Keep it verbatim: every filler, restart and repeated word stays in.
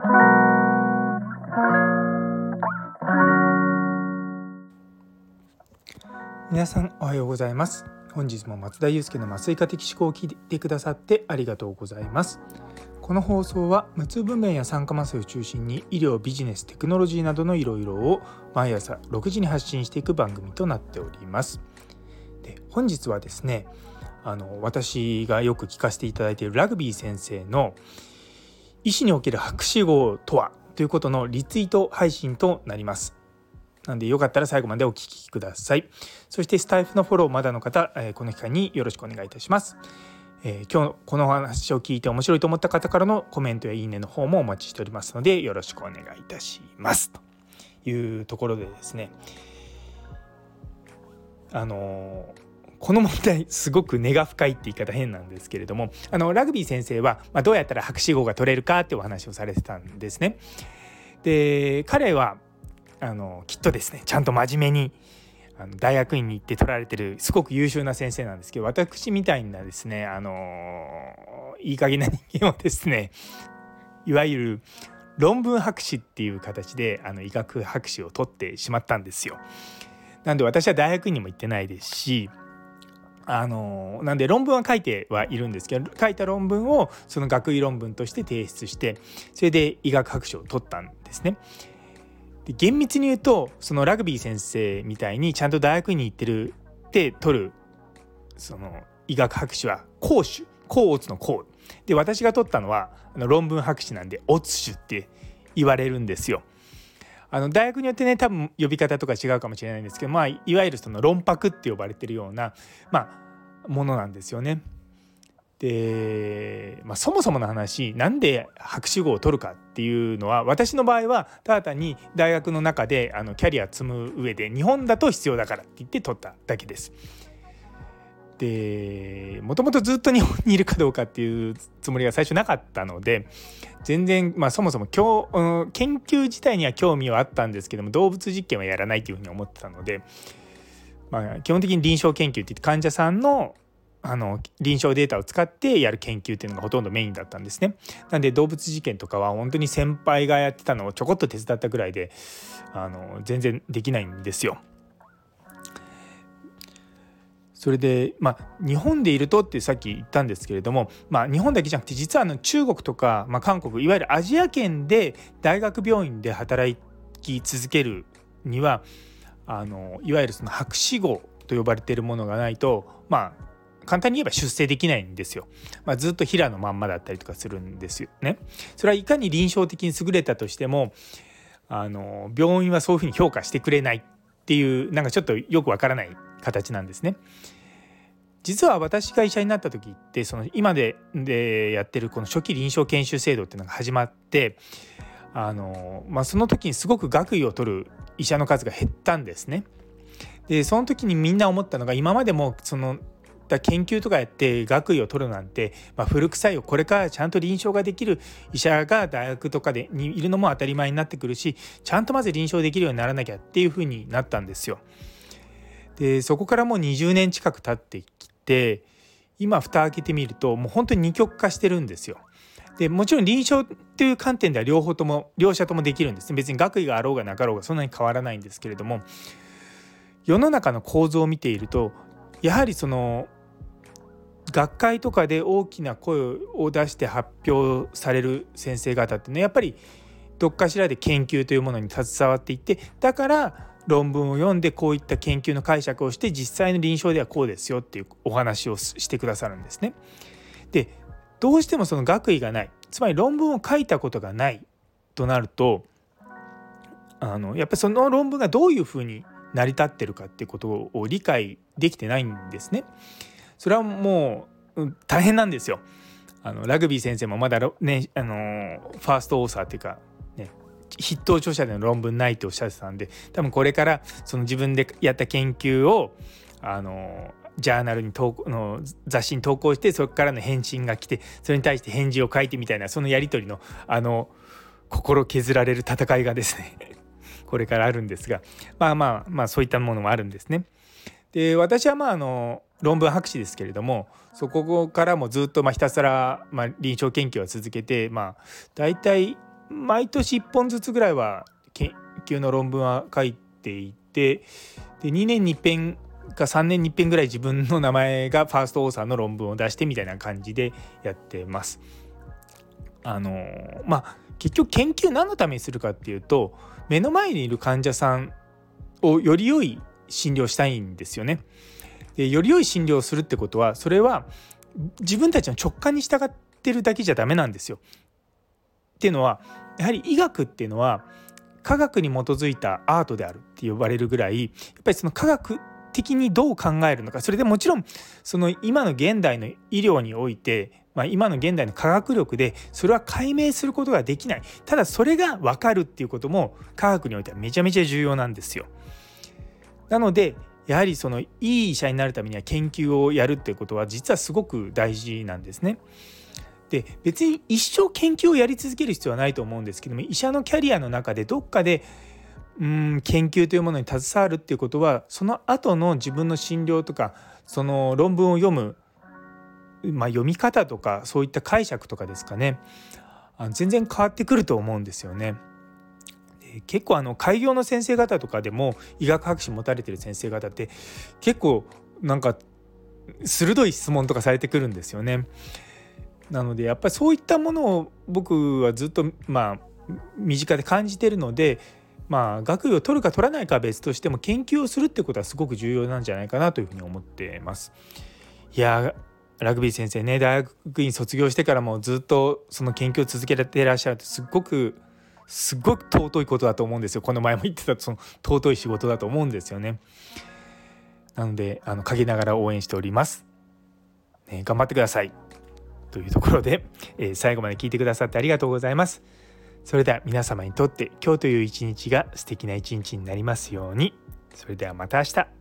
皆さんおはようございます。本日も松田祐介の麻酔科的思考を聞いてくださってありがとうございます。この放送は無痛分娩や酸化麻酔を中心に医療、ビジネス、テクノロジーなどのいろいろを毎朝ろくじに発信していく番組となっております。で、本日はですね、あの私がよく聞かせていただいているラグビー先生の医師における博士号とはということのリツイート配信となります。なのでよかったら最後までお聞きください。そしてスタイフのフォローまだの方、えー、この機会によろしくお願いいたします。えー、今日このお話を聞いて面白いと思った方からのコメントやいいねの方もお待ちしておりますのでよろしくお願いいたしますというところでですね、あのーこの問題すごく根が深いって言い方変なんですけれども、あのラグビー先生は、まあ、どうやったら博士号が取れるかってお話をされてたんですね。で、彼はあのきっとですね、ちゃんと真面目にあの大学院に行って取られてるすごく優秀な先生なんですけど、私みたいなですね、あのいい加減な人間はですね、いわゆる論文博士っていう形であの医学博士を取ってしまったんですよ。なんで私は大学院にも行ってないですし、あのなんで論文は書いてはいるんですけど、書いた論文をその学位論文として提出して、それで医学博士を取ったんですね。で、厳密に言うとそのラグビー先生みたいにちゃんと大学院に行ってるって取るその医学博士は講手、甲乙の甲で、私が取ったのはあの論文博士なんで乙手って言われるんですよ。あの大学によってね、多分呼び方とか違うかもしれないんですけど、まあ、いわゆるその論博って呼ばれてるような、まあ、ものなんですよね。で、まあ、そもそもの話、なんで博士号を取るかっていうのは、私の場合はただ単に大学の中であのキャリア積む上で日本だと必要だからって言って取っただけです。で、もともとずっと日本にいるかどうかっていうつもりが最初なかったので、全然、まあ、そもそも今日、うん、研究自体には興味はあったんですけども、動物実験はやらないというふうに思ってたので、まあ、基本的に臨床研究って言って患者さんのあの臨床データを使ってやる研究っていうのがほとんどメインだったんですね。なんで動物実験とかは本当に先輩がやってたのをちょこっと手伝ったぐらいで、あの全然できないんですよ。それで、まあ、日本でいるとってさっき言ったんですけれども、まあ、日本だけじゃなくて実はあの中国とか、まあ、韓国、いわゆるアジア圏で大学病院で働き続けるには、あのいわゆるその博士号と呼ばれているものがないと、まあ簡単に言えば出世できないんですよ。まあ、ずっと平のまんまだったりとかするんですよね。それはいかに臨床的に優れたとしても、あの病院はそういうふうに評価してくれないっていう、なんかちょっとよくわからない形なんですね。実は私が医者になった時って、その今ででやってるこの初期臨床研修制度っていうのが始まって、あの、まあ、その時にすごく学位を取る医者の数が減ったんですね。で、その時にみんな思ったのが、今までもその研究とかやって学位を取るなんて、まあ、古臭いよ、これからちゃんと臨床ができる医者が大学とかでにいるのも当たり前になってくるし、ちゃんとまず臨床できるようにならなきゃっていう風になったんですよ。で、そこからもうにじゅうねん近く経ってきて、今蓋開けてみるともう本当に二極化してるんですよ。で、もちろん臨床という観点では両方とも両者ともできるんですね。別に学位があろうがなかろうがそんなに変わらないんですけれども、世の中の構造を見ていると、やはりその学会とかで大きな声を出して発表される先生方ってね、やっぱりどっかしらで研究というものに携わっていて、だから論文を読んでこういった研究の解釈をして実際の臨床ではこうですよっていうお話をしてくださるんですね。で、どうしてもその学位がない、つまり論文を書いたことがないとなると、あのやっぱりその論文がどういうふうに成り立ってるかっていうことを理解できてないんですね。それはもう大変なんですよ。あのラグビー先生もまだ、ね、あのファーストオーサーっていうか、ね、筆頭著者での論文ないっておっしゃってたんで、多分これからその自分でやった研究をあのジャーナルに投の雑誌に投稿して、そこからの返信が来て、それに対して返事を書いてみたいな、そのやり取りのあの心削られる戦いがですねこれからあるんですが、まあまあまあそういったものもあるんですね。で、私はまああの論文博士ですけれども、そこからもずっとまあひたすらまあ臨床研究を続けて、まあ大体毎年いっぽんずつぐらいは研究の論文は書いていて、でにねんにいっぺんかさんねんにいっぺんぐらい自分の名前がファーストオーサーの論文を出してみたいな感じでやってます。あのまあ結局研究何のためにするかっていうと、目の前にいる患者さんをより良い診療したいんですよね。でより良い診療をするってことは、それは自分たちの直感に従ってるだけじゃダメなんですよ。っていうのは、やはり医学っていうのは科学に基づいたアートであるって呼ばれるぐらい、やっぱりその科学的にどう考えるのか、それでもちろんその今の現代の医療において、まあ、今の現代の科学力でそれは解明することができない。ただそれが分かるっていうことも科学においてはめちゃめちゃ重要なんですよ。なのでやはりそのいい医者になるためには研究をやるっていうことは実はすごく大事なんですね。で別に一生研究をやり続ける必要はないと思うんですけども、医者のキャリアの中でどっかでうーん研究というものに携わるっていうことは、その後の自分の診療とかその論文を読む、まあ、読み方とかそういった解釈とかですかね、あの全然変わってくると思うんですよね。で結構あの開業の先生方とかでも医学博士持たれてる先生方って結構なんか鋭い質問とかされてくるんですよね。なのでやっぱりそういったものを僕はずっとまあ身近で感じているので、まあ学位を取るか取らないかは別としても研究をするってことはすごく重要なんじゃないかなというふうに思っています。いやラグビー先生ね、大学院卒業してからもずっとその研究を続けていらっしゃるってすごくすごく尊いことだと思うんですよ。この前も言ってたその尊い仕事だと思うんですよね。なのであの陰ながら応援しております、ね、頑張ってくださいというところで、えー、最後まで聞いてくださってありがとうございます。それでは皆様にとって今日という一日が素敵な一日になりますように。それではまた明日。